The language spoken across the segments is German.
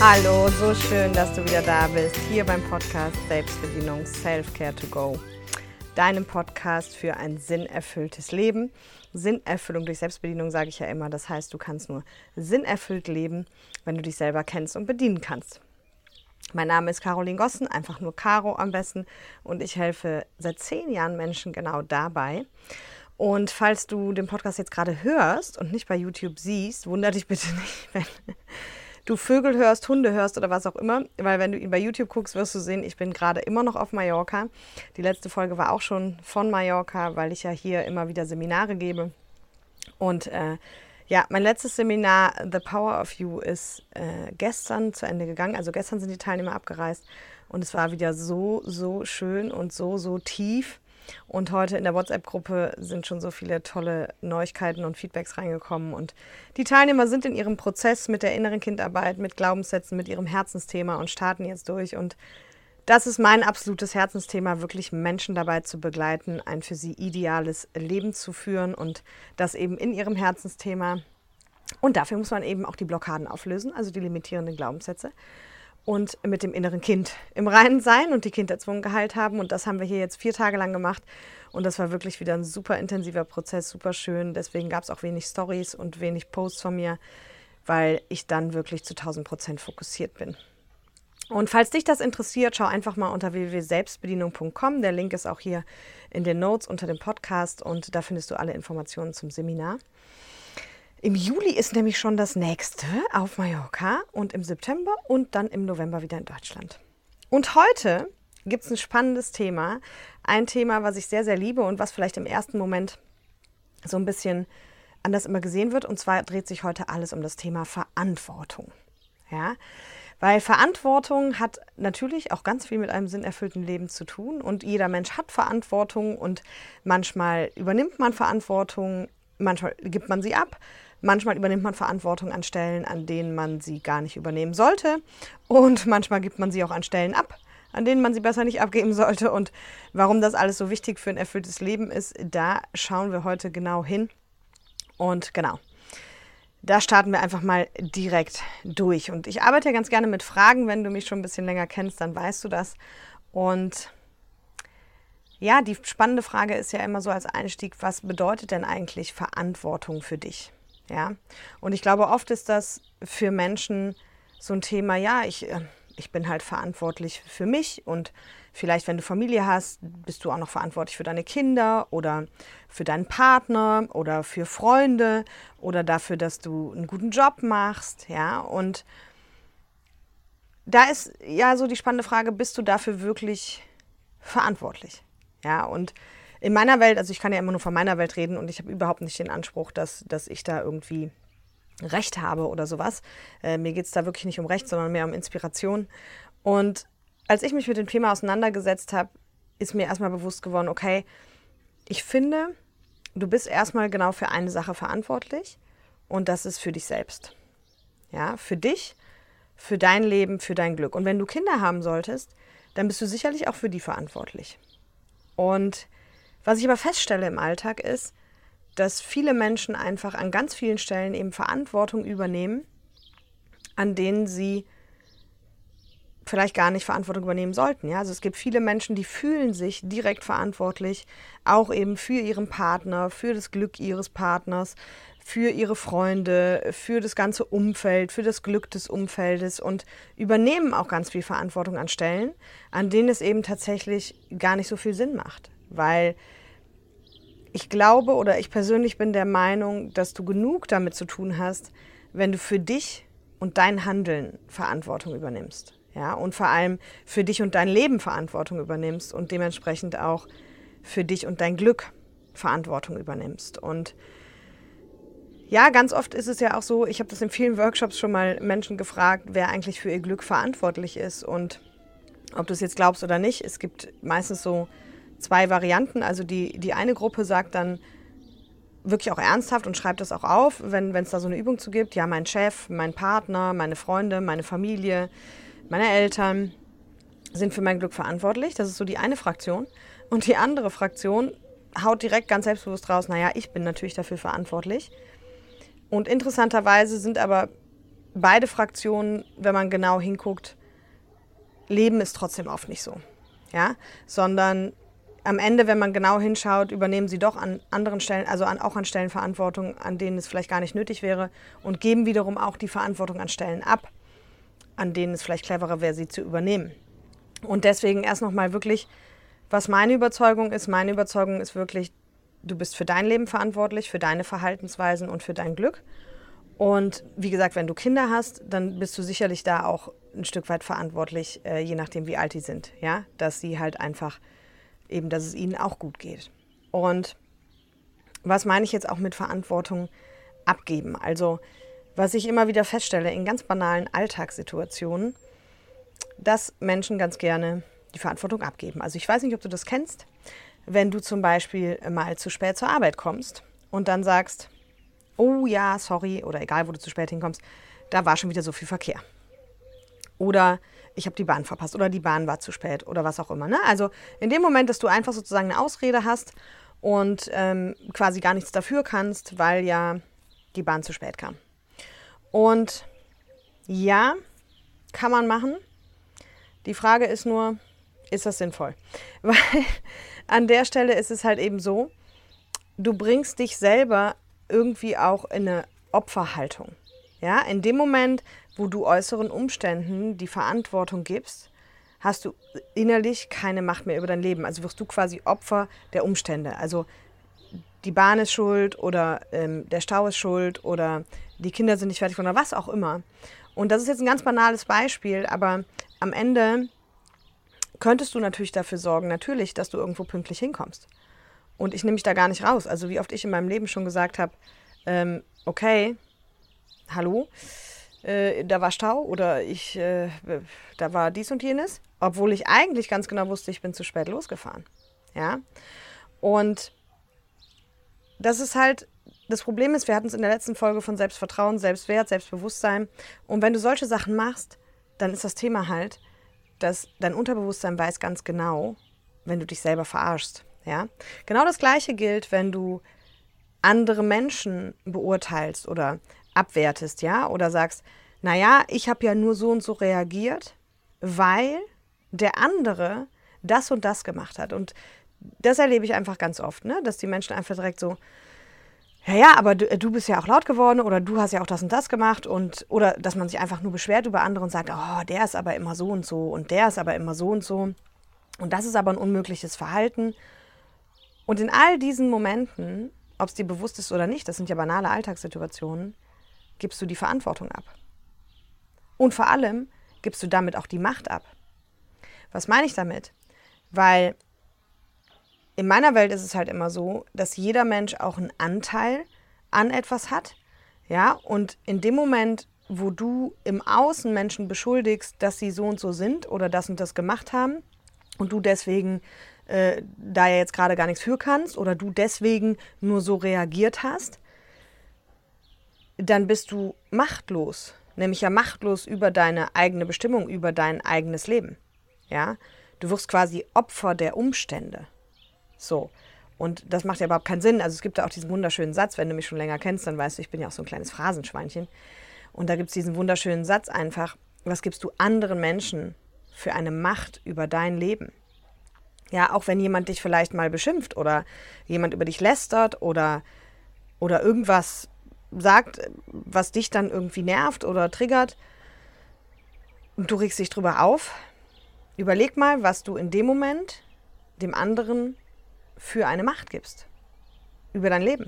Hallo, so schön, dass du wieder da bist, hier beim Podcast Selbstbedienung Self-Care to Go, deinem Podcast für ein sinnerfülltes Leben. Sinnerfüllung durch Selbstbedienung sage ich ja immer, das heißt, du kannst nur sinnerfüllt leben, wenn du dich selber kennst und bedienen kannst. Mein Name ist Caroline Gossen, einfach nur Caro am besten, und ich helfe seit 10 Jahren Menschen genau dabei. Und falls du den Podcast jetzt gerade hörst und nicht bei YouTube siehst, wundere dich bitte nicht, wenn du Vögel hörst, Hunde hörst oder was auch immer, weil wenn du ihn bei YouTube guckst, wirst du sehen, ich bin gerade immer noch auf Mallorca. Die letzte Folge war auch schon von Mallorca, weil ich ja hier immer wieder Seminare gebe. Und mein letztes Seminar, The Power of You, ist gestern zu Ende gegangen. Also gestern sind die Teilnehmer abgereist und es war wieder so schön und so tief. Und heute in der WhatsApp-Gruppe sind schon so viele tolle Neuigkeiten und Feedbacks reingekommen. Und die Teilnehmer sind in ihrem Prozess mit der inneren Kindarbeit, mit Glaubenssätzen, mit ihrem Herzensthema und starten jetzt durch. Und das ist mein absolutes Herzensthema, wirklich Menschen dabei zu begleiten, ein für sie ideales Leben zu führen und das eben in ihrem Herzensthema. Und dafür muss man eben auch die Blockaden auflösen, also die limitierenden Glaubenssätze. Und mit dem inneren Kind im Reinen sein und die Kinderzwungen geheilt haben. Und das haben wir hier jetzt 4 Tage lang gemacht. Und das war wirklich wieder ein super intensiver Prozess, super schön. Deswegen gab es auch wenig Stories und wenig Posts von mir, weil ich dann wirklich zu 1000% fokussiert bin. Und falls dich das interessiert, schau einfach mal unter www.selbstbedienung.com. Der Link ist auch hier in den Notes unter dem Podcast und da findest du alle Informationen zum Seminar. Im Juli ist nämlich schon das nächste auf Mallorca und im September und dann im November wieder in Deutschland. Und heute gibt es ein spannendes Thema, ein Thema, was ich sehr liebe und was vielleicht im ersten Moment so ein bisschen anders immer gesehen wird. Und zwar dreht sich heute alles um das Thema Verantwortung. Ja? Weil Verantwortung hat natürlich auch ganz viel mit einem sinnerfüllten Leben zu tun und jeder Mensch hat Verantwortung und manchmal übernimmt man Verantwortung, manchmal gibt man sie ab. Manchmal übernimmt man Verantwortung an Stellen, an denen man sie gar nicht übernehmen sollte. Und manchmal gibt man sie auch an Stellen ab, an denen man sie besser nicht abgeben sollte. Und warum das alles so wichtig für ein erfülltes Leben ist, da schauen wir heute genau hin. Und genau, da starten wir einfach mal direkt durch. Und ich arbeite ja ganz gerne mit Fragen. Wenn du mich schon ein bisschen länger kennst, dann weißt du das. Und ja, die spannende Frage ist ja immer so als Einstieg, was bedeutet denn eigentlich Verantwortung für dich? Ja, und ich glaube, oft ist das für Menschen so ein Thema, ja, ich bin halt verantwortlich für mich und vielleicht, wenn du Familie hast, bist du auch noch verantwortlich für deine Kinder oder für deinen Partner oder für Freunde oder dafür, dass du einen guten Job machst, ja, und da ist ja so die spannende Frage, bist du dafür wirklich verantwortlich? Ja, und in meiner Welt, also ich kann ja immer nur von meiner Welt reden und ich habe überhaupt nicht den Anspruch, dass ich da irgendwie Recht habe oder sowas. Mir geht es da wirklich nicht um Recht, sondern mehr um Inspiration. Und als ich mich mit dem Thema auseinandergesetzt habe, ist mir erstmal bewusst geworden, okay, ich finde, du bist erstmal genau für eine Sache verantwortlich und das ist für dich selbst. Ja, für dich, für dein Leben, für dein Glück. Und wenn du Kinder haben solltest, dann bist du sicherlich auch für die verantwortlich. Und was ich aber feststelle im Alltag ist, dass viele Menschen einfach an ganz vielen Stellen eben Verantwortung übernehmen, an denen sie vielleicht gar nicht Verantwortung übernehmen sollten. Ja? Also es gibt viele Menschen, die fühlen sich direkt verantwortlich, auch eben für ihren Partner, für das Glück ihres Partners, für ihre Freunde, für das ganze Umfeld, für das Glück des Umfeldes und übernehmen auch ganz viel Verantwortung an Stellen, an denen es eben tatsächlich gar nicht so viel Sinn macht. Weil ich glaube oder ich persönlich bin der Meinung, dass du genug damit zu tun hast, wenn du für dich und dein Handeln Verantwortung übernimmst. Ja? Und vor allem für dich und dein Leben Verantwortung übernimmst und dementsprechend auch für dich und dein Glück Verantwortung übernimmst. Und ja, ganz oft ist es ja auch so, ich habe das in vielen Workshops schon mal Menschen gefragt, wer eigentlich für ihr Glück verantwortlich ist und ob du es jetzt glaubst oder nicht. Es gibt meistens so 2 Varianten. Also die eine Gruppe sagt dann wirklich auch ernsthaft und schreibt das auch auf, wenn es da so eine Übung zu gibt. Ja, mein Chef, mein Partner, meine Freunde, meine Familie, meine Eltern sind für mein Glück verantwortlich. Das ist so die eine Fraktion. Und die andere Fraktion haut direkt ganz selbstbewusst raus, naja, ich bin natürlich dafür verantwortlich. Und interessanterweise sind aber beide Fraktionen, wenn man genau hinguckt, leben es trotzdem oft nicht so. Ja? Sondern am Ende, wenn man genau hinschaut, übernehmen sie doch an anderen Stellen, also auch an Stellen Verantwortung, an denen es vielleicht gar nicht nötig wäre und geben wiederum auch die Verantwortung an Stellen ab, an denen es vielleicht cleverer wäre, sie zu übernehmen. Und deswegen erst nochmal wirklich, was meine Überzeugung ist wirklich, du bist für dein Leben verantwortlich, für deine Verhaltensweisen und für dein Glück. Und wie gesagt, wenn du Kinder hast, dann bist du sicherlich da auch ein Stück weit verantwortlich, je nachdem, wie alt die sind. Ja? Dass sie halt einfach eben, dass es ihnen auch gut geht. Und was meine ich jetzt auch mit Verantwortung abgeben? Also, was ich immer wieder feststelle in ganz banalen Alltagssituationen, dass Menschen ganz gerne die Verantwortung abgeben. Also ich weiß nicht, ob du das kennst, wenn du zum Beispiel mal zu spät zur Arbeit kommst und dann sagst, oh ja, sorry, oder egal, wo du zu spät hinkommst, da war schon wieder so viel Verkehr. Oder ich habe die Bahn verpasst oder die Bahn war zu spät oder was auch immer. Ne? Also in dem Moment, dass du einfach sozusagen eine Ausrede hast und quasi gar nichts dafür kannst, weil ja die Bahn zu spät kam. Und ja, kann man machen. Die Frage ist nur, ist das sinnvoll? Weil an der Stelle ist es halt eben so, du bringst dich selber irgendwie auch in eine Opferhaltung. Ja, in dem Moment, wo du äußeren Umständen die Verantwortung gibst, hast du innerlich keine Macht mehr über dein Leben. Also wirst du quasi Opfer der Umstände. Also die Bahn ist schuld oder der Stau ist schuld oder die Kinder sind nicht fertig oder was auch immer. Und das ist jetzt ein ganz banales Beispiel, aber am Ende könntest du natürlich dafür sorgen, dass du irgendwo pünktlich hinkommst. Und ich nehme mich da gar nicht raus. Also wie oft ich in meinem Leben schon gesagt habe, okay, hallo, da war Stau oder da war dies und jenes, obwohl ich eigentlich ganz genau wusste, ich bin zu spät losgefahren. Ja? Und das ist halt, das Problem ist, wir hatten es in der letzten Folge von Selbstvertrauen, Selbstwert, Selbstbewusstsein. Und wenn du solche Sachen machst, dann ist das Thema halt, dass dein Unterbewusstsein weiß ganz genau, wenn du dich selber verarschst. Ja? Genau das Gleiche gilt, wenn du andere Menschen beurteilst oder abwertest, ja, oder sagst, naja, ich habe ja nur so und so reagiert, weil der andere das und das gemacht hat. Und das erlebe ich einfach ganz oft, ne? Dass die Menschen einfach direkt so, ja, aber du bist ja auch laut geworden oder du hast ja auch das und das gemacht oder dass man sich einfach nur beschwert über andere und sagt, oh, der ist aber immer so und so und der ist aber immer so und so und das ist aber ein unmögliches Verhalten. Und in all diesen Momenten, ob es dir bewusst ist oder nicht, das sind ja banale Alltagssituationen, gibst du die Verantwortung ab. Und vor allem gibst du damit auch die Macht ab. Was meine ich damit? Weil in meiner Welt ist es halt immer so, dass jeder Mensch auch einen Anteil an etwas hat. Ja? Und in dem Moment, wo du im Außen Menschen beschuldigst, dass sie so und so sind oder das und das gemacht haben und du deswegen da ja jetzt gerade gar nichts für kannst oder du deswegen nur so reagiert hast, dann bist du machtlos. Nämlich ja machtlos über deine eigene Bestimmung, über dein eigenes Leben. Ja? Du wirst quasi Opfer der Umstände. So. Und das macht ja überhaupt keinen Sinn. Also es gibt da auch diesen wunderschönen Satz, wenn du mich schon länger kennst, dann weißt du, ich bin ja auch so ein kleines Phrasenschweinchen. Und da gibt es diesen wunderschönen Satz einfach, was gibst du anderen Menschen für eine Macht über dein Leben? Ja, auch wenn jemand dich vielleicht mal beschimpft oder jemand über dich lästert oder irgendwas sagt, was dich dann irgendwie nervt oder triggert und du regst dich drüber auf, überleg mal, was du in dem Moment dem anderen für eine Macht gibst über dein Leben.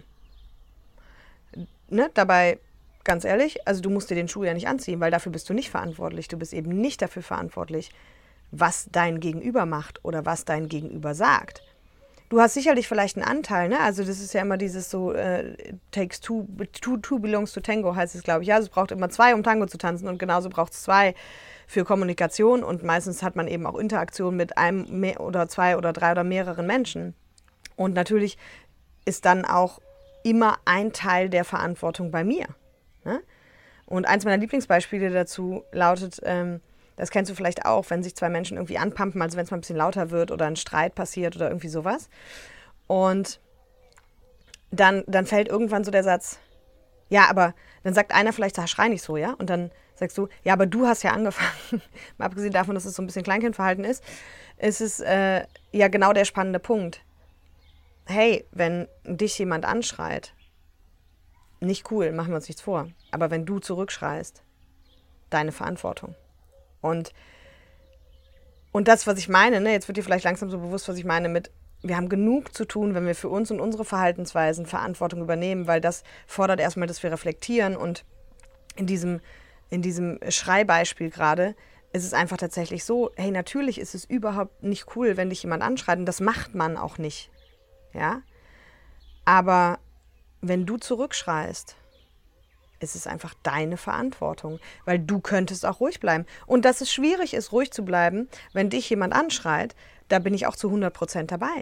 Ne? Dabei, ganz ehrlich, also du musst dir den Schuh ja nicht anziehen, weil dafür bist du nicht verantwortlich. Du bist eben nicht dafür verantwortlich, was dein Gegenüber macht oder was dein Gegenüber sagt. Du hast sicherlich vielleicht einen Anteil, ne? Also das ist ja immer dieses so, takes two belongs to tango, heißt es, glaube ich. Ja, also es braucht immer 2, um Tango zu tanzen und genauso braucht es 2 für Kommunikation und meistens hat man eben auch Interaktion mit einem oder 2 oder 3 oder mehreren Menschen. Und natürlich ist dann auch immer ein Teil der Verantwortung bei mir. Ne? Und eins meiner Lieblingsbeispiele dazu lautet, das kennst du vielleicht auch, wenn sich 2 Menschen irgendwie anpumpen, also wenn es mal ein bisschen lauter wird oder ein Streit passiert oder irgendwie sowas. Und dann fällt irgendwann so der Satz, ja, aber dann sagt einer vielleicht, schrei nicht so, ja? Und dann Sagst du, ja, aber du hast ja angefangen. Mal abgesehen davon, dass es so ein bisschen Kleinkindverhalten ist, ist es ja genau der spannende Punkt. Hey, wenn dich jemand anschreit, nicht cool, machen wir uns nichts vor. Aber wenn du zurückschreist, deine Verantwortung. Und das, was ich meine, ne, jetzt wird dir vielleicht langsam so bewusst, was ich meine mit, wir haben genug zu tun, wenn wir für uns und unsere Verhaltensweisen Verantwortung übernehmen, weil das fordert erstmal, dass wir reflektieren. Und in diesem Schreibeispiel gerade ist es einfach tatsächlich so, hey, natürlich ist es überhaupt nicht cool, wenn dich jemand anschreit, und das macht man auch nicht. Ja? Aber wenn du zurückschreist, ist es einfach deine Verantwortung, weil du könntest auch ruhig bleiben. Und dass es schwierig ist, ruhig zu bleiben, wenn dich jemand anschreit, da bin ich auch zu 100% dabei.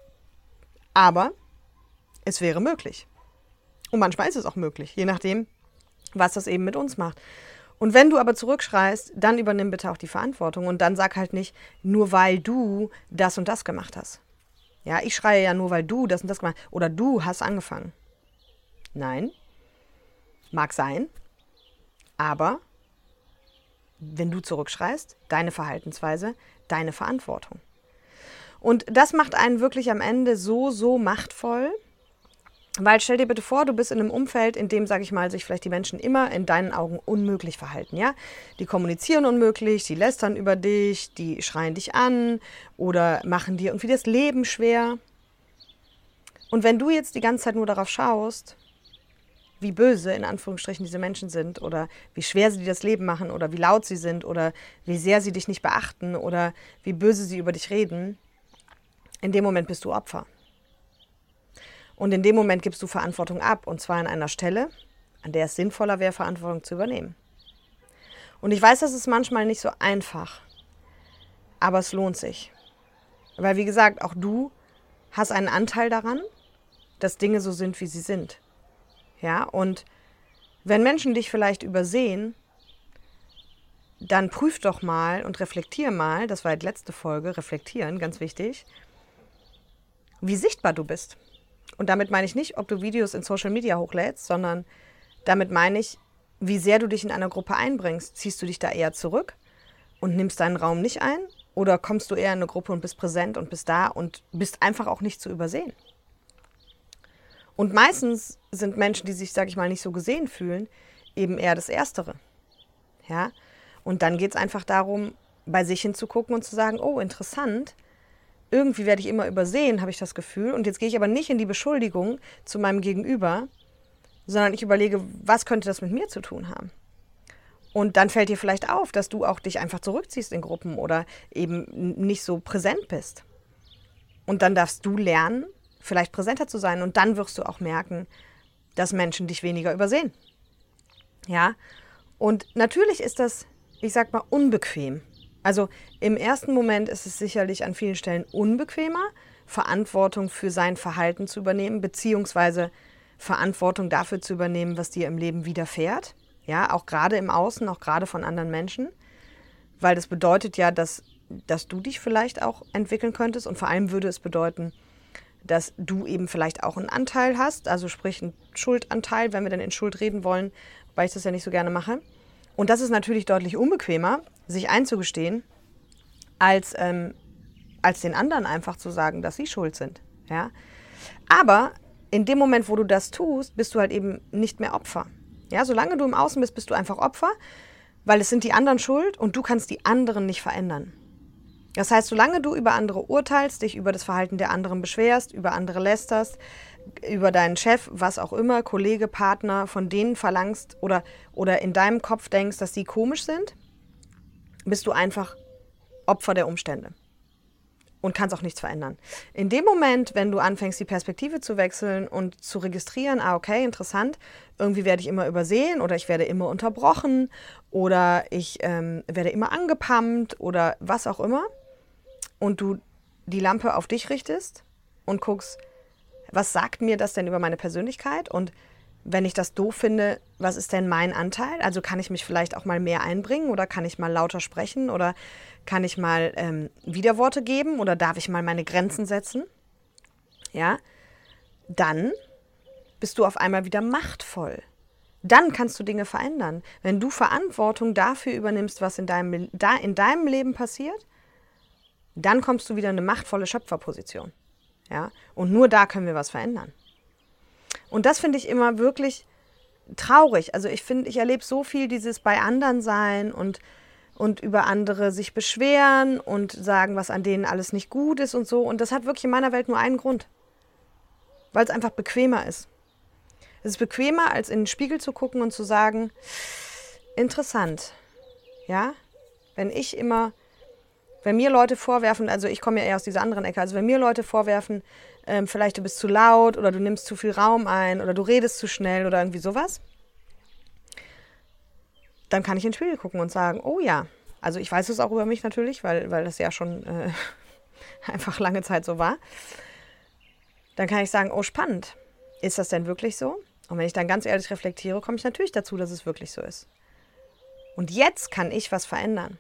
Aber es wäre möglich. Und manchmal ist es auch möglich, je nachdem, was das eben mit uns macht. Und wenn du aber zurückschreist, dann übernimm bitte auch die Verantwortung und dann sag halt nicht, nur weil du das und das gemacht hast. Ja, ich schreie ja nur, weil du das und das gemacht hast oder du hast angefangen. Nein, mag sein, aber wenn du zurückschreist, deine Verhaltensweise, deine Verantwortung. Und das macht einen wirklich am Ende so machtvoll, weil stell dir bitte vor, du bist in einem Umfeld, in dem, sage ich mal, sich vielleicht die Menschen immer in deinen Augen unmöglich verhalten. Ja? Die kommunizieren unmöglich, die lästern über dich, die schreien dich an oder machen dir irgendwie das Leben schwer. Und wenn du jetzt die ganze Zeit nur darauf schaust, wie böse in Anführungsstrichen diese Menschen sind oder wie schwer sie dir das Leben machen oder wie laut sie sind oder wie sehr sie dich nicht beachten oder wie böse sie über dich reden, in dem Moment bist du Opfer. Und in dem Moment gibst du Verantwortung ab, und zwar an einer Stelle, an der es sinnvoller wäre, Verantwortung zu übernehmen. Und ich weiß, das ist manchmal nicht so einfach, aber es lohnt sich. Weil, wie gesagt, auch du hast einen Anteil daran, dass Dinge so sind, wie sie sind. Ja, und wenn Menschen dich vielleicht übersehen, dann prüf doch mal und reflektier mal, das war die letzte Folge, reflektieren, ganz wichtig, wie sichtbar du bist. Und damit meine ich nicht, ob du Videos in Social Media hochlädst, sondern damit meine ich, wie sehr du dich in einer Gruppe einbringst. Ziehst du dich da eher zurück und nimmst deinen Raum nicht ein? Oder kommst du eher in eine Gruppe und bist präsent und bist da und bist einfach auch nicht zu übersehen? Und meistens sind Menschen, die sich, sage ich mal, nicht so gesehen fühlen, eben eher das Erstere. Ja? Und dann geht es einfach darum, bei sich hinzugucken und zu sagen, oh, interessant, irgendwie werde ich immer übersehen, habe ich das Gefühl. Und jetzt gehe ich aber nicht in die Beschuldigung zu meinem Gegenüber, sondern ich überlege, was könnte das mit mir zu tun haben? Und dann fällt dir vielleicht auf, dass du auch dich einfach zurückziehst in Gruppen oder eben nicht so präsent bist. Und dann darfst du lernen, vielleicht präsenter zu sein. Und dann wirst du auch merken, dass Menschen dich weniger übersehen. Ja? Und natürlich ist das, ich sag mal, unbequem. Also im ersten Moment ist es sicherlich an vielen Stellen unbequemer, Verantwortung für sein Verhalten zu übernehmen, beziehungsweise Verantwortung dafür zu übernehmen, was dir im Leben widerfährt. Ja, auch gerade im Außen, auch gerade von anderen Menschen. Weil das bedeutet ja, dass du dich vielleicht auch entwickeln könntest. Und vor allem würde es bedeuten, dass du eben vielleicht auch einen Anteil hast, also sprich einen Schuldanteil, wenn wir dann in Schuld reden wollen, weil ich das ja nicht so gerne mache. Und das ist natürlich deutlich unbequemer, sich einzugestehen, als den anderen einfach zu sagen, dass sie schuld sind. Ja? Aber in dem Moment, wo du das tust, bist du halt eben nicht mehr Opfer. Ja? Solange du im Außen bist, bist du einfach Opfer, weil es sind die anderen schuld und du kannst die anderen nicht verändern. Das heißt, solange du über andere urteilst, dich über das Verhalten der anderen beschwerst, über andere lästerst, über deinen Chef, was auch immer, Kollege, Partner, von denen verlangst oder in deinem Kopf denkst, dass die komisch sind, bist du einfach Opfer der Umstände und kannst auch nichts verändern. In dem Moment, wenn du anfängst, die Perspektive zu wechseln und zu registrieren, okay, interessant, irgendwie werde ich immer übersehen oder ich werde immer unterbrochen oder ich werde immer angepammt oder was auch immer, und du die Lampe auf dich richtest und guckst, was sagt mir das denn über meine Persönlichkeit? Und wenn ich das doof finde, was ist denn mein Anteil? Also kann ich mich vielleicht auch mal mehr einbringen oder kann ich mal lauter sprechen oder kann ich mal Widerworte geben oder darf ich mal meine Grenzen setzen? Ja, dann bist du auf einmal wieder machtvoll. Dann kannst du Dinge verändern. Wenn du Verantwortung dafür übernimmst, was in deinem Leben passiert, dann kommst du wieder in eine machtvolle Schöpferposition. Ja? Und nur da können wir was verändern. Und das finde ich immer wirklich traurig. Also ich erlebe so viel dieses bei anderen sein und über andere sich beschweren und sagen, was an denen alles nicht gut ist und so. Und das hat wirklich in meiner Welt nur einen Grund. Weil es einfach bequemer ist. Es ist bequemer, als in den Spiegel zu gucken und zu sagen, interessant, ja, wenn mir Leute vorwerfen, also ich komme ja eher aus dieser anderen Ecke, also wenn mir Leute vorwerfen, vielleicht du bist zu laut oder du nimmst zu viel Raum ein oder du redest zu schnell oder irgendwie sowas, dann kann ich in den Spiegel gucken und sagen, oh ja, also ich weiß es auch über mich natürlich, weil das ja schon einfach lange Zeit so war. Dann kann ich sagen, oh spannend, ist das denn wirklich so? Und wenn ich dann ganz ehrlich reflektiere, komme ich natürlich dazu, dass es wirklich so ist. Und jetzt kann ich was verändern.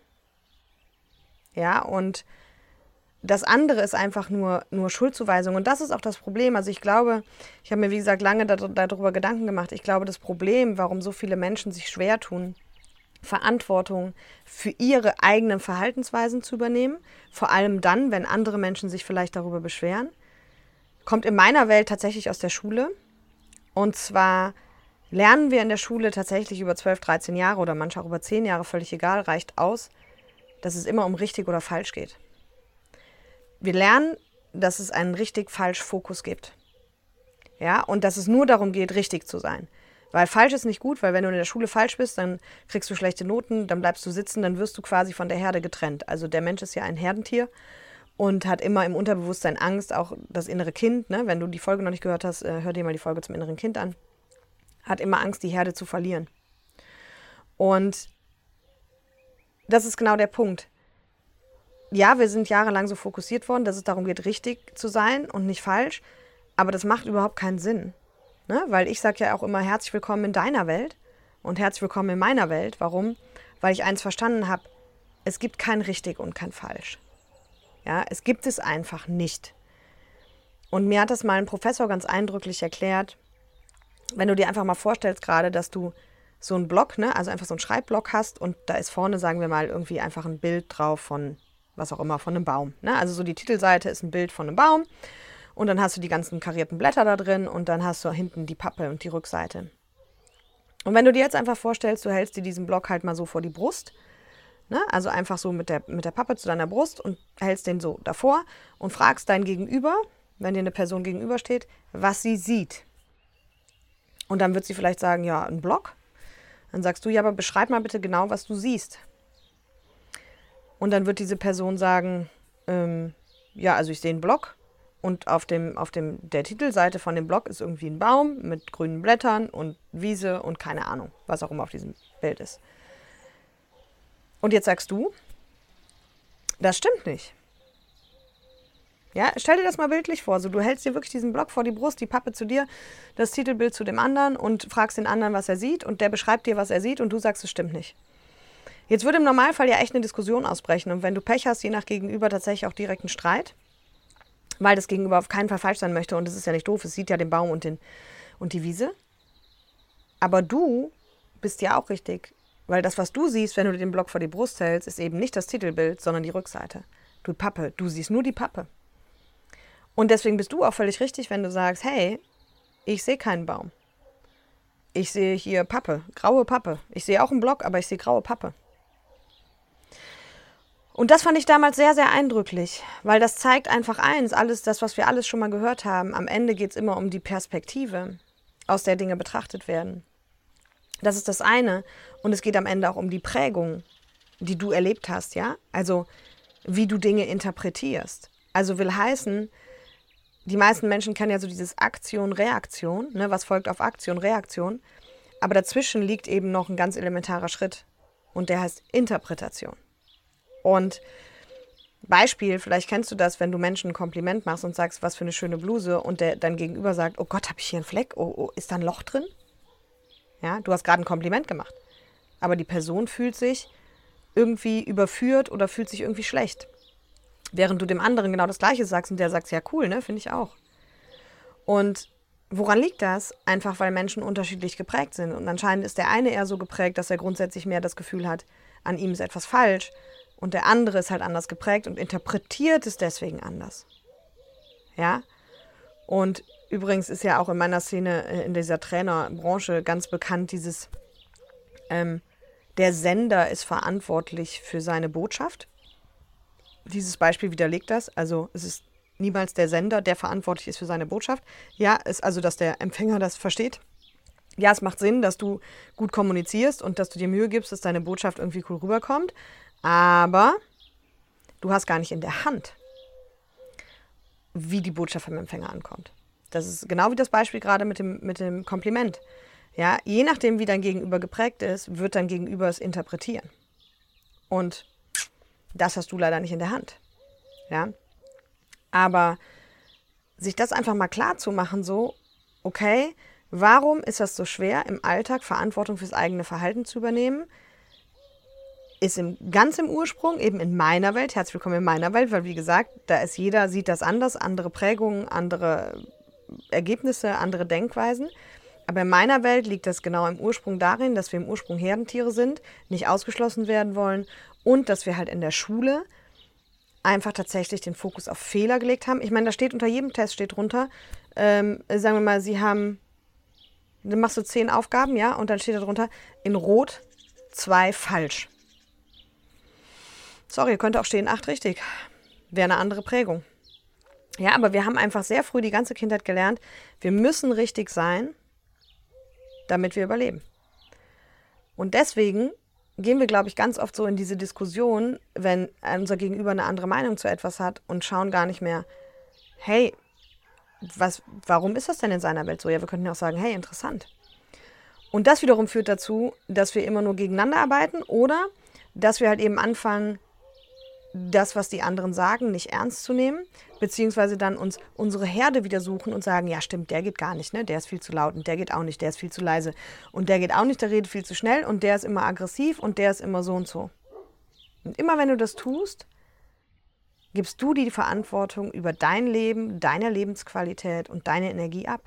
Ja, und das andere ist einfach nur Schuldzuweisung. Und das ist auch das Problem. Also ich glaube, ich habe mir, wie gesagt, lange darüber Gedanken gemacht. Ich glaube, das Problem, warum so viele Menschen sich schwer tun, Verantwortung für ihre eigenen Verhaltensweisen zu übernehmen, vor allem dann, wenn andere Menschen sich vielleicht darüber beschweren, kommt in meiner Welt tatsächlich aus der Schule. Und zwar lernen wir in der Schule tatsächlich über 12, 13 Jahre oder manchmal auch über 10 Jahre, völlig egal, reicht aus, dass es immer um richtig oder falsch geht. Wir lernen, dass es einen richtig-falsch-Fokus gibt. Ja, und dass es nur darum geht, richtig zu sein. Weil falsch ist nicht gut, weil wenn du in der Schule falsch bist, dann kriegst du schlechte Noten, dann bleibst du sitzen, dann wirst du quasi von der Herde getrennt. Also der Mensch ist ja ein Herdentier und hat immer im Unterbewusstsein Angst, auch das innere Kind, ne? Wenn du die Folge noch nicht gehört hast, hör dir mal die Folge zum inneren Kind an, hat immer Angst, die Herde zu verlieren. Und das ist genau der Punkt. Ja, wir sind jahrelang so fokussiert worden, dass es darum geht, richtig zu sein und nicht falsch, aber das macht überhaupt keinen Sinn. Ne? Weil ich sage ja auch immer, herzlich willkommen in deiner Welt und herzlich willkommen in meiner Welt. Warum? Weil ich eins verstanden habe, es gibt kein richtig und kein falsch. Ja, es gibt es einfach nicht. Und mir hat das mal ein Professor ganz eindrücklich erklärt, wenn du dir einfach mal vorstellst gerade, dass du so einen Block, ne, also einfach so einen Schreibblock hast und da ist vorne, sagen wir mal, irgendwie einfach ein Bild drauf von, was auch immer, von einem Baum. Ne? Also so die Titelseite ist ein Bild von einem Baum und dann hast du die ganzen karierten Blätter da drin und dann hast du hinten die Pappe und die Rückseite. Und wenn du dir jetzt einfach vorstellst, du hältst dir diesen Block halt mal so vor die Brust, ne? Also einfach so mit der Pappe zu deiner Brust und hältst den so davor und fragst dein Gegenüber, wenn dir eine Person gegenübersteht, was sie sieht. Und dann wird sie vielleicht sagen, ja, ein Block. Dann sagst du, ja, aber beschreib mal bitte genau, was du siehst. Und dann wird diese Person sagen, ja, also ich sehe einen Block und auf der Titelseite von dem Block ist irgendwie ein Baum mit grünen Blättern und Wiese und keine Ahnung, was auch immer auf diesem Bild ist. Und jetzt sagst du, das stimmt nicht. Ja, stell dir das mal bildlich vor. So, du hältst dir wirklich diesen Block vor die Brust, die Pappe zu dir, das Titelbild zu dem anderen und fragst den anderen, was er sieht und der beschreibt dir, was er sieht und du sagst, es stimmt nicht. Jetzt würde im Normalfall ja echt eine Diskussion ausbrechen und wenn du Pech hast, je nach Gegenüber tatsächlich auch direkt einen Streit, weil das Gegenüber auf keinen Fall falsch sein möchte und es ist ja nicht doof, es sieht ja den Baum und die Wiese. Aber du bist ja auch richtig, weil das, was du siehst, wenn du den Block vor die Brust hältst, ist eben nicht das Titelbild, sondern die Rückseite. Du siehst nur die Pappe. Und deswegen bist du auch völlig richtig, wenn du sagst, hey, ich sehe keinen Baum. Ich sehe hier Pappe, graue Pappe. Ich sehe auch einen Block, aber ich sehe graue Pappe. Und das fand ich damals sehr, sehr eindrücklich, weil das zeigt einfach eins, alles das, was wir alles schon mal gehört haben. Am Ende geht es immer um die Perspektive, aus der Dinge betrachtet werden. Das ist das eine. Und es geht am Ende auch um die Prägung, die du erlebt hast, ja? Also, wie du Dinge interpretierst. Also will heißen, die meisten Menschen kennen ja so dieses Aktion-Reaktion, ne, was folgt auf Aktion, Reaktion. Aber dazwischen liegt eben noch ein ganz elementarer Schritt und der heißt Interpretation. Und Beispiel, vielleicht kennst du das, wenn du Menschen ein Kompliment machst und sagst, was für eine schöne Bluse und der dein Gegenüber sagt, oh Gott, habe ich hier einen Fleck? Oh, ist da ein Loch drin? Ja, du hast gerade ein Kompliment gemacht. Aber die Person fühlt sich irgendwie überführt oder fühlt sich irgendwie schlecht. Während du dem anderen genau das Gleiche sagst und der sagt, ja cool, ne, finde ich auch. Und woran liegt das? Einfach, weil Menschen unterschiedlich geprägt sind. Und anscheinend ist der eine eher so geprägt, dass er grundsätzlich mehr das Gefühl hat, an ihm ist etwas falsch. Und der andere ist halt anders geprägt und interpretiert es deswegen anders. Ja? Und übrigens ist ja auch in meiner Szene, in dieser Trainerbranche ganz bekannt, dieses, der Sender ist verantwortlich für seine Botschaft. Dieses Beispiel widerlegt das. Also es ist niemals der Sender, der verantwortlich ist für seine Botschaft. Ja, ist also, dass der Empfänger das versteht. Ja, es macht Sinn, dass du gut kommunizierst und dass du dir Mühe gibst, dass deine Botschaft irgendwie cool rüberkommt. Aber du hast gar nicht in der Hand, wie die Botschaft vom Empfänger ankommt. Das ist genau wie das Beispiel gerade mit dem Kompliment. Ja, je nachdem, wie dein Gegenüber geprägt ist, wird dein Gegenüber es interpretieren. Und das hast du leider nicht in der Hand. Ja, aber sich das einfach mal klar zu machen, so, okay, warum ist das so schwer, im Alltag Verantwortung fürs eigene Verhalten zu übernehmen? Ist ganz im Ursprung, eben in meiner Welt, herzlich willkommen in meiner Welt, weil wie gesagt, da ist jeder, sieht das anders, andere Prägungen, andere Ergebnisse, andere Denkweisen. Aber in meiner Welt liegt das genau im Ursprung darin, dass wir im Ursprung Herdentiere sind, nicht ausgeschlossen werden wollen und dass wir halt in der Schule einfach tatsächlich den Fokus auf Fehler gelegt haben. Ich meine, da steht unter jedem Test steht drunter, sagen wir mal, dann machst du 10 Aufgaben, ja, und dann steht da drunter, in Rot 2 falsch. Sorry, könnte auch stehen, 8 richtig. Wäre eine andere Prägung. Ja, aber wir haben einfach sehr früh die ganze Kindheit gelernt, wir müssen richtig sein, damit wir überleben. Und deswegen gehen wir, glaube ich, ganz oft so in diese Diskussion, wenn unser Gegenüber eine andere Meinung zu etwas hat und schauen gar nicht mehr, hey, warum ist das denn in seiner Welt so? Ja, wir könnten ja auch sagen, hey, interessant. Und das wiederum führt dazu, dass wir immer nur gegeneinander arbeiten oder dass wir halt eben anfangen, das, was die anderen sagen, nicht ernst zu nehmen, beziehungsweise dann uns unsere Herde wieder suchen und sagen, ja stimmt, der geht gar nicht, ne? Der ist viel zu laut und der geht auch nicht, der ist viel zu leise und der geht auch nicht, der redet viel zu schnell und der ist immer aggressiv und der ist immer so und so. Und immer wenn du das tust, gibst du die Verantwortung über dein Leben, deine Lebensqualität und deine Energie ab.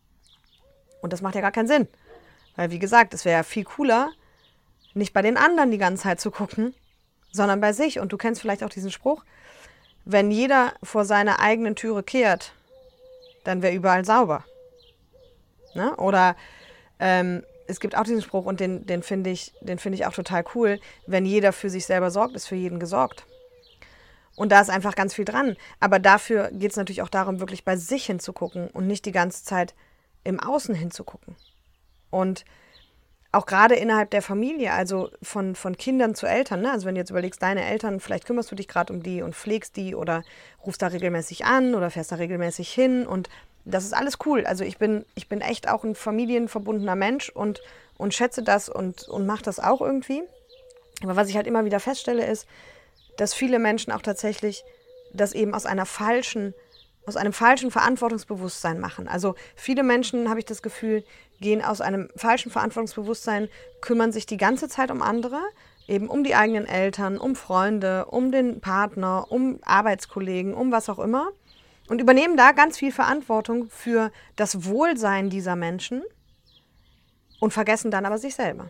Und das macht ja gar keinen Sinn. Weil wie gesagt, es wäre ja viel cooler, nicht bei den anderen die ganze Zeit zu gucken, sondern bei sich. Und du kennst vielleicht auch diesen Spruch, wenn jeder vor seiner eigenen Türe kehrt, dann wäre überall sauber. Ne? Oder es gibt auch diesen Spruch und den finde ich auch total cool, wenn jeder für sich selber sorgt, ist für jeden gesorgt. Und da ist einfach ganz viel dran. Aber dafür geht es natürlich auch darum, wirklich bei sich hinzugucken und nicht die ganze Zeit im Außen hinzugucken. Und auch gerade innerhalb der Familie, also von Kindern zu Eltern, ne? Also wenn du jetzt überlegst, deine Eltern, vielleicht kümmerst du dich gerade um die und pflegst die oder rufst da regelmäßig an oder fährst da regelmäßig hin und das ist alles cool. Also ich bin echt auch ein familienverbundener Mensch und schätze das und mache das auch irgendwie. Aber was ich halt immer wieder feststelle ist, dass viele Menschen auch tatsächlich das eben aus einem falschen Verantwortungsbewusstsein machen. Also viele Menschen, habe ich das Gefühl, gehen aus einem falschen Verantwortungsbewusstsein, kümmern sich die ganze Zeit um andere, eben um die eigenen Eltern, um Freunde, um den Partner, um Arbeitskollegen, um was auch immer und übernehmen da ganz viel Verantwortung für das Wohlsein dieser Menschen und vergessen dann aber sich selber.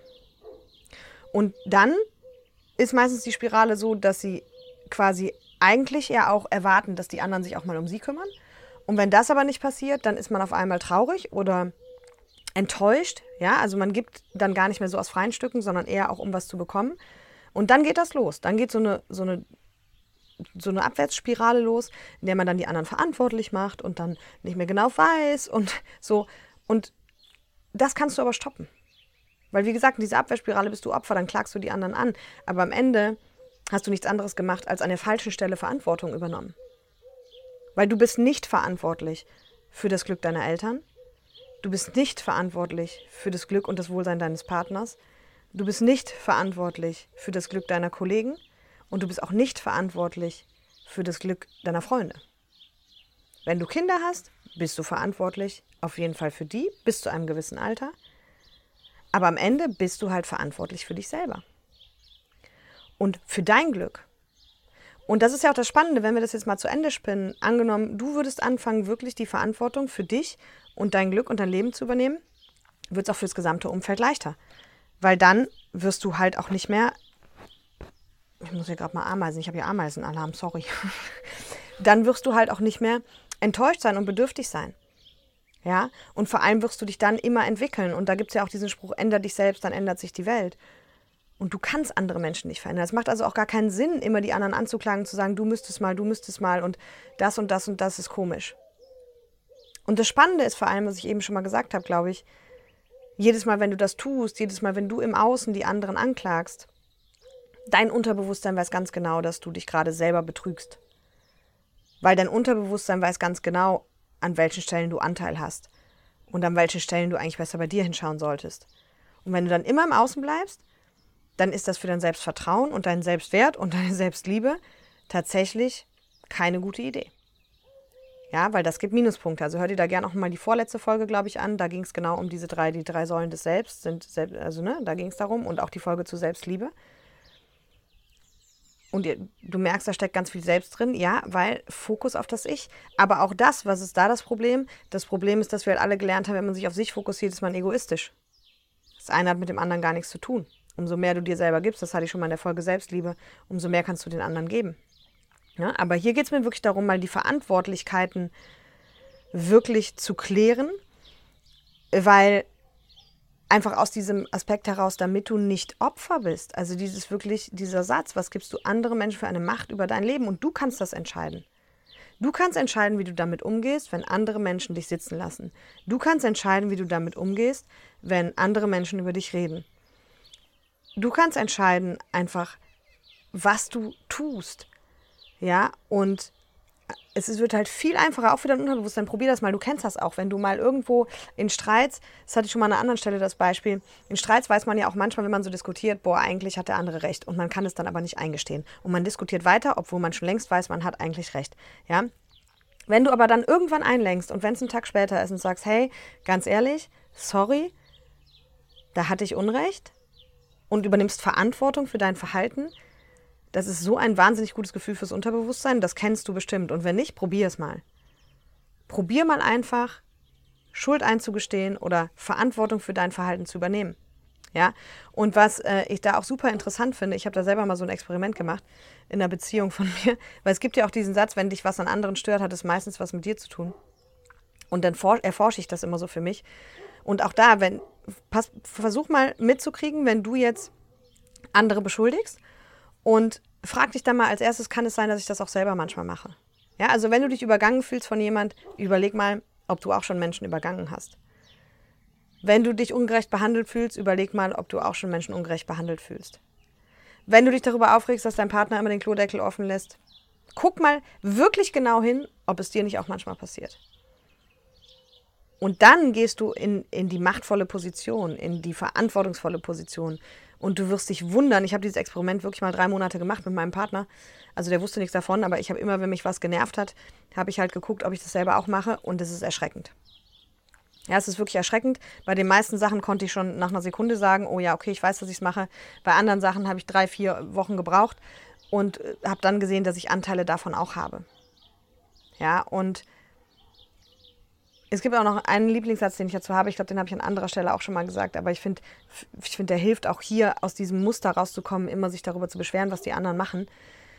Und dann ist meistens die Spirale so, dass sie quasi eigentlich ja auch erwarten, dass die anderen sich auch mal um sie kümmern. Und wenn das aber nicht passiert, dann ist man auf einmal traurig oder enttäuscht. Ja, also man gibt dann gar nicht mehr so aus freien Stücken, sondern eher auch, um was zu bekommen. Und dann geht das los. Dann geht so eine Abwärtsspirale los, in der man dann die anderen verantwortlich macht und dann nicht mehr genau weiß und so. Und das kannst du aber stoppen. Weil wie gesagt, in dieser Abwärtsspirale bist du Opfer, dann klagst du die anderen an. Aber am Ende hast du nichts anderes gemacht, als an der falschen Stelle Verantwortung übernommen. Weil du bist nicht verantwortlich für das Glück deiner Eltern. Du bist nicht verantwortlich für das Glück und das Wohlsein deines Partners. Du bist nicht verantwortlich für das Glück deiner Kollegen. Und du bist auch nicht verantwortlich für das Glück deiner Freunde. Wenn du Kinder hast, bist du verantwortlich, auf jeden Fall für die, bis zu einem gewissen Alter. Aber am Ende bist du halt verantwortlich für dich selber. Und für dein Glück. Und das ist ja auch das Spannende, wenn wir das jetzt mal zu Ende spinnen. Angenommen, du würdest anfangen, wirklich die Verantwortung für dich und dein Glück und dein Leben zu übernehmen, wird es auch fürs gesamte Umfeld leichter. Weil dann wirst du halt auch nicht mehr, ich muss hier gerade mal Ameisen, ich habe hier Ameisenalarm, sorry. Dann wirst du halt auch nicht mehr enttäuscht sein und bedürftig sein. Ja, und vor allem wirst du dich dann immer entwickeln. Und da gibt es ja auch diesen Spruch, ändere dich selbst, dann ändert sich die Welt. Und du kannst andere Menschen nicht verändern. Es macht also auch gar keinen Sinn, immer die anderen anzuklagen, zu sagen, du müsstest mal und das und das und das ist komisch. Und das Spannende ist vor allem, was ich eben schon mal gesagt habe, glaube ich, jedes Mal, wenn du das tust, jedes Mal, wenn du im Außen die anderen anklagst, dein Unterbewusstsein weiß ganz genau, dass du dich gerade selber betrügst. Weil dein Unterbewusstsein weiß ganz genau, an welchen Stellen du Anteil hast und an welchen Stellen du eigentlich besser bei dir hinschauen solltest. Und wenn du dann immer im Außen bleibst, dann ist das für dein Selbstvertrauen und deinen Selbstwert und deine Selbstliebe tatsächlich keine gute Idee. Ja, weil das gibt Minuspunkte. Also hör dir da gerne auch mal die vorletzte Folge, glaube ich, an. Da ging es genau um die drei Säulen des Selbst. Da ging es darum und auch die Folge zur Selbstliebe. Und du merkst, da steckt ganz viel Selbst drin. Ja, weil Fokus auf das Ich. Aber auch das, was ist da das Problem? Das Problem ist, dass wir halt alle gelernt haben, wenn man sich auf sich fokussiert, ist man egoistisch. Das eine hat mit dem anderen gar nichts zu tun. Umso mehr du dir selber gibst, das hatte ich schon mal in der Folge Selbstliebe, umso mehr kannst du den anderen geben. Ja, aber hier geht es mir wirklich darum, mal die Verantwortlichkeiten wirklich zu klären, weil einfach aus diesem Aspekt heraus, damit du nicht Opfer bist. Also dieser Satz, was gibst du anderen Menschen für eine Macht über dein Leben? Und du kannst das entscheiden. Du kannst entscheiden, wie du damit umgehst, wenn andere Menschen dich sitzen lassen. Du kannst entscheiden, wie du damit umgehst, wenn andere Menschen über dich reden. Du kannst entscheiden einfach, was du tust. Ja, und es wird halt viel einfacher, auch für dein Unterbewusstsein. Probier das mal, du kennst das auch. Wenn du mal irgendwo in Streits, das hatte ich schon mal an einer anderen Stelle das Beispiel, in Streits weiß man ja auch manchmal, wenn man so diskutiert, boah, eigentlich hat der andere recht. Und man kann es dann aber nicht eingestehen. Und man diskutiert weiter, obwohl man schon längst weiß, man hat eigentlich recht. Ja? Wenn du aber dann irgendwann einlenkst und wenn es einen Tag später ist und sagst, hey, ganz ehrlich, sorry, da hatte ich Unrecht und übernimmst Verantwortung für dein Verhalten, das ist so ein wahnsinnig gutes Gefühl fürs Unterbewusstsein, das kennst du bestimmt. Und wenn nicht, probier es mal. Probier mal einfach, Schuld einzugestehen oder Verantwortung für dein Verhalten zu übernehmen. Ja? Und was ich da auch super interessant finde, ich habe da selber mal so ein Experiment gemacht in einer Beziehung von mir, weil es gibt ja auch diesen Satz, wenn dich was an anderen stört, hat es meistens was mit dir zu tun. Und dann erforsche ich das immer so für mich. Und auch da, versuch mal mitzukriegen, wenn du jetzt andere beschuldigst, und frag dich dann mal als erstes, kann es sein, dass ich das auch selber manchmal mache? Ja, also wenn du dich übergangen fühlst von jemand, überleg mal, ob du auch schon Menschen übergangen hast. Wenn du dich ungerecht behandelt fühlst, überleg mal, ob du auch schon Menschen ungerecht behandelt fühlst. Wenn du dich darüber aufregst, dass dein Partner immer den Klodeckel offen lässt, guck mal wirklich genau hin, ob es dir nicht auch manchmal passiert. Und dann gehst du in die machtvolle Position, in die verantwortungsvolle Position. Und du wirst dich wundern, ich habe dieses Experiment wirklich mal 3 Monate gemacht mit meinem Partner. Also der wusste nichts davon, aber ich habe immer, wenn mich was genervt hat, habe ich halt geguckt, ob ich das selber auch mache. Und es ist erschreckend. Ja, es ist wirklich erschreckend. Bei den meisten Sachen konnte ich schon nach einer Sekunde sagen, oh ja, okay, ich weiß, dass ich es mache. Bei anderen Sachen habe ich 3-4 Wochen gebraucht und habe dann gesehen, dass ich Anteile davon auch habe. Ja, und es gibt auch noch einen Lieblingssatz, den ich dazu habe. Ich glaube, den habe ich an anderer Stelle auch schon mal gesagt. Aber ich finde, der hilft auch hier, aus diesem Muster rauszukommen, immer sich darüber zu beschweren, was die anderen machen.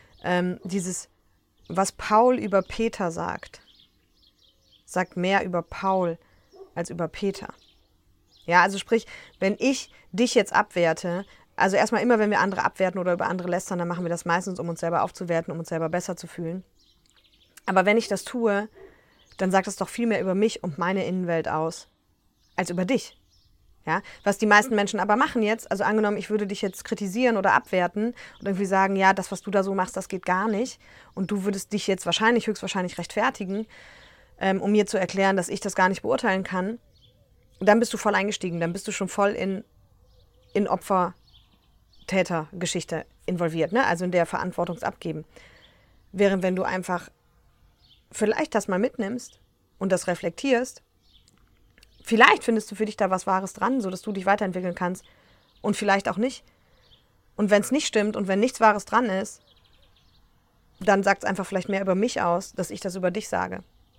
Was Paul über Peter sagt mehr über Paul als über Peter. Ja, also sprich, wenn ich dich jetzt abwerte, also erstmal immer, wenn wir andere abwerten oder über andere lästern, dann machen wir das meistens, um uns selber aufzuwerten, um uns selber besser zu fühlen. Aber wenn ich das tue, dann sagt das doch viel mehr über mich und meine Innenwelt aus, als über dich. Ja? Was die meisten Menschen aber machen jetzt, also angenommen, ich würde dich jetzt kritisieren oder abwerten und irgendwie sagen, ja, das, was du da so machst, das geht gar nicht. Und du würdest dich jetzt höchstwahrscheinlich rechtfertigen, um mir zu erklären, dass ich das gar nicht beurteilen kann. Und dann bist du voll eingestiegen, dann bist du schon voll in Opfer-Täter-Geschichte involviert, ne? Also in der Verantwortungsabgeben. Während wenn du einfach vielleicht das mal mitnimmst und das reflektierst, vielleicht findest du für dich da was Wahres dran, sodass du dich weiterentwickeln kannst und vielleicht auch nicht. Und wenn es nicht stimmt und wenn nichts Wahres dran ist, dann sagt es einfach vielleicht mehr über mich aus, dass ich das über dich sage.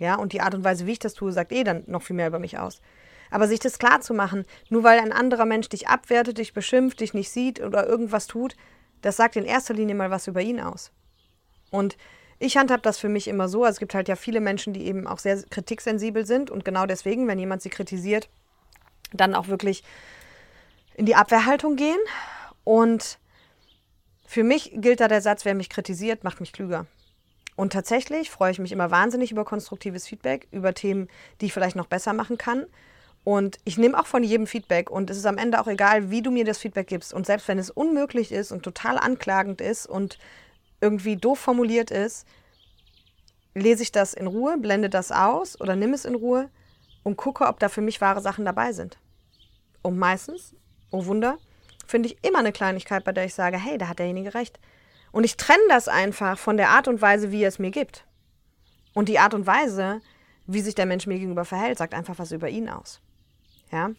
Ja, und die Art und Weise, wie ich das tue, sagt dann noch viel mehr über mich aus. Aber sich das klar zu machen, nur weil ein anderer Mensch dich abwertet, dich beschimpft, dich nicht sieht oder irgendwas tut, das sagt in erster Linie mal was über ihn aus. Und ich handhabe das für mich immer so, also es gibt halt ja viele Menschen, die eben auch sehr kritiksensibel sind und genau deswegen, wenn jemand sie kritisiert, dann auch wirklich in die Abwehrhaltung gehen. Und für mich gilt da der Satz, wer mich kritisiert, macht mich klüger. Und tatsächlich freue ich mich immer wahnsinnig über konstruktives Feedback, über Themen, die ich vielleicht noch besser machen kann. Und ich nehme auch von jedem Feedback und es ist am Ende auch egal, wie du mir das Feedback gibst. Und selbst wenn es unmöglich ist und total anklagend ist und irgendwie doof formuliert ist, lese ich das in Ruhe, blende das aus oder nimm es in Ruhe und gucke, ob da für mich wahre Sachen dabei sind. Und meistens, oh Wunder, finde ich immer eine Kleinigkeit, bei der ich sage, hey, da hat derjenige recht. Und ich trenne das einfach von der Art und Weise, wie er es mir gibt. Und die Art und Weise, wie sich der Mensch mir gegenüber verhält, sagt einfach was über ihn aus. Ja?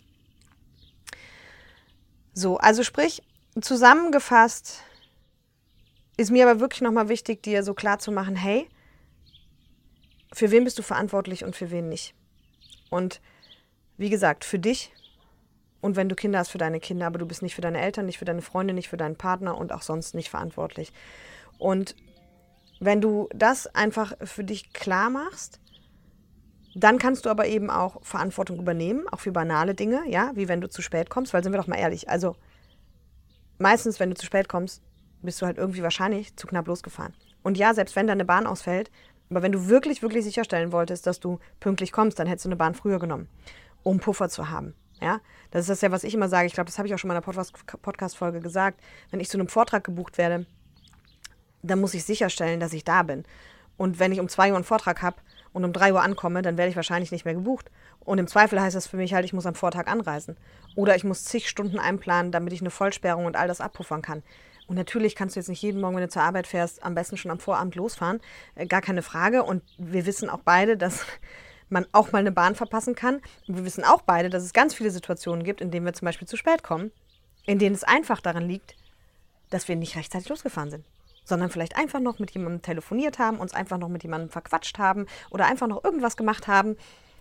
So, also sprich, zusammengefasst ist mir aber wirklich nochmal wichtig, dir so klar zu machen, hey, für wen bist du verantwortlich und für wen nicht? Und wie gesagt, für dich und wenn du Kinder hast, für deine Kinder, aber du bist nicht für deine Eltern, nicht für deine Freunde, nicht für deinen Partner und auch sonst nicht verantwortlich. Und wenn du das einfach für dich klar machst, dann kannst du aber eben auch Verantwortung übernehmen, auch für banale Dinge, ja, wie wenn du zu spät kommst, weil sind wir doch mal ehrlich, also meistens, wenn du zu spät kommst, bist du halt irgendwie wahrscheinlich zu knapp losgefahren. Und ja, selbst wenn deine Bahn ausfällt, aber wenn du wirklich, wirklich sicherstellen wolltest, dass du pünktlich kommst, dann hättest du eine Bahn früher genommen, um Puffer zu haben. Ja? Das ist das ja, was ich immer sage. Ich glaube, das habe ich auch schon mal in einer Podcast-Folge gesagt. Wenn ich zu einem Vortrag gebucht werde, dann muss ich sicherstellen, dass ich da bin. Und wenn ich um 2 Uhr einen Vortrag habe und um 3 Uhr ankomme, dann werde ich wahrscheinlich nicht mehr gebucht. Und im Zweifel heißt das für mich halt, ich muss am Vortag anreisen. Oder ich muss zig Stunden einplanen, damit ich eine Vollsperrung und all das abpuffern kann. Und natürlich kannst du jetzt nicht jeden Morgen, wenn du zur Arbeit fährst, am besten schon am Vorabend losfahren. Gar keine Frage. Und wir wissen auch beide, dass man auch mal eine Bahn verpassen kann. Und wir wissen auch beide, dass es ganz viele Situationen gibt, in denen wir zum Beispiel zu spät kommen, in denen es einfach daran liegt, dass wir nicht rechtzeitig losgefahren sind, sondern vielleicht einfach noch mit jemandem telefoniert haben, uns einfach noch mit jemandem verquatscht haben oder einfach noch irgendwas gemacht haben,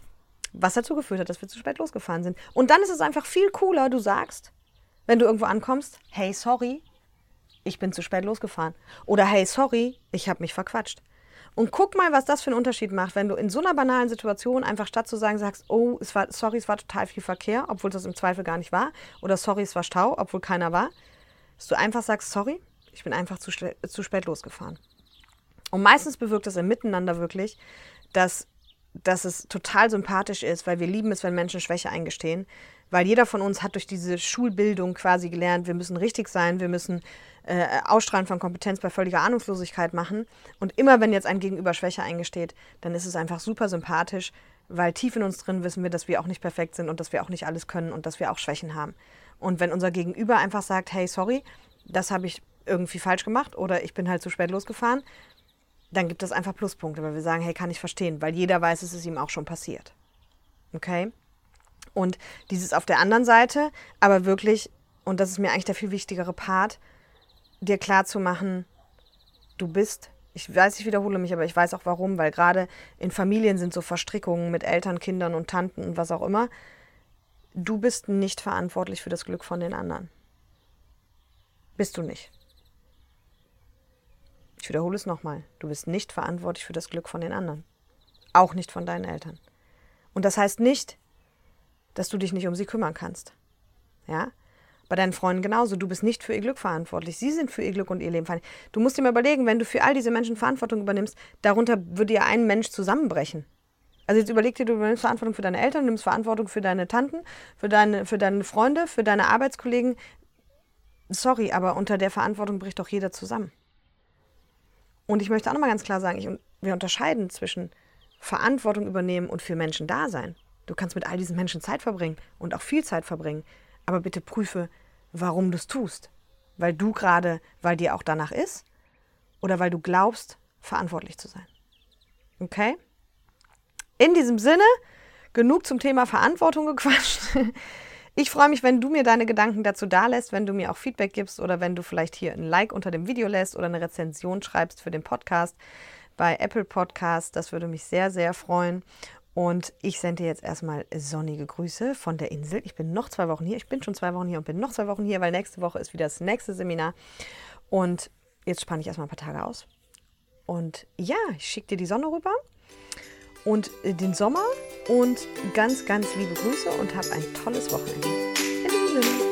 was dazu geführt hat, dass wir zu spät losgefahren sind. Und dann ist es einfach viel cooler, du sagst, wenn du irgendwo ankommst, hey, sorry, ich bin zu spät losgefahren. Oder hey, sorry, ich habe mich verquatscht. Und guck mal, was das für einen Unterschied macht, wenn du in so einer banalen Situation einfach statt zu sagen sagst, oh, es war total viel Verkehr, obwohl das im Zweifel gar nicht war. Oder sorry, es war Stau, obwohl keiner war. Dass du einfach sagst, sorry, ich bin einfach zu spät losgefahren. Und meistens bewirkt das im Miteinander wirklich, dass es total sympathisch ist, weil wir lieben es, wenn Menschen Schwäche eingestehen. Weil jeder von uns hat durch diese Schulbildung quasi gelernt, wir müssen richtig sein, wir müssen Ausstrahlen von Kompetenz bei völliger Ahnungslosigkeit machen. Und immer wenn jetzt ein Gegenüber Schwäche eingesteht, dann ist es einfach super sympathisch, weil tief in uns drin wissen wir, dass wir auch nicht perfekt sind und dass wir auch nicht alles können und dass wir auch Schwächen haben. Und wenn unser Gegenüber einfach sagt, hey, sorry, das habe ich irgendwie falsch gemacht oder ich bin halt zu spät losgefahren, dann gibt es einfach Pluspunkte, weil wir sagen, hey, kann ich verstehen, weil jeder weiß, es ist ihm auch schon passiert. Okay? Und dieses auf der anderen Seite, aber wirklich, und das ist mir eigentlich der viel wichtigere Part, dir klar zu machen, du bist, ich weiß, ich wiederhole mich, aber ich weiß auch warum, weil gerade in Familien sind so Verstrickungen mit Eltern, Kindern und Tanten und was auch immer. Du bist nicht verantwortlich für das Glück von den anderen. Bist du nicht. Ich wiederhole es nochmal. Du bist nicht verantwortlich für das Glück von den anderen. Auch nicht von deinen Eltern. Und das heißt nicht, dass du dich nicht um sie kümmern kannst. Ja? Bei deinen Freunden genauso. Du bist nicht für ihr Glück verantwortlich. Sie sind für ihr Glück und ihr Leben verantwortlich. Du musst dir mal überlegen, wenn du für all diese Menschen Verantwortung übernimmst, darunter würde ja ein Mensch zusammenbrechen. Also jetzt überleg dir, du übernimmst Verantwortung für deine Eltern, du nimmst Verantwortung für deine Tanten, für deine Freunde, für deine Arbeitskollegen. Sorry, aber unter der Verantwortung bricht doch jeder zusammen. Und ich möchte auch nochmal ganz klar sagen, wir unterscheiden zwischen Verantwortung übernehmen und für Menschen da sein. Du kannst mit all diesen Menschen Zeit verbringen und auch viel Zeit verbringen. Aber bitte prüfe, warum du es tust. Weil dir auch danach ist oder weil du glaubst, verantwortlich zu sein. Okay? In diesem Sinne, genug zum Thema Verantwortung gequatscht. Ich freue mich, wenn du mir deine Gedanken dazu dalässt, wenn du mir auch Feedback gibst oder wenn du vielleicht hier ein Like unter dem Video lässt oder eine Rezension schreibst für den Podcast, bei Apple Podcast. Das würde mich sehr, sehr freuen. Und ich sende dir jetzt erstmal sonnige Grüße von der Insel. Ich bin noch 2 Wochen hier. Ich bin schon 2 Wochen hier und bin noch 2 Wochen hier, weil nächste Woche ist wieder das nächste Seminar. Und jetzt spanne ich erstmal ein paar Tage aus. Und ja, ich schicke dir die Sonne rüber und den Sommer und ganz, ganz liebe Grüße und hab ein tolles Wochenende. In diesem Sinne.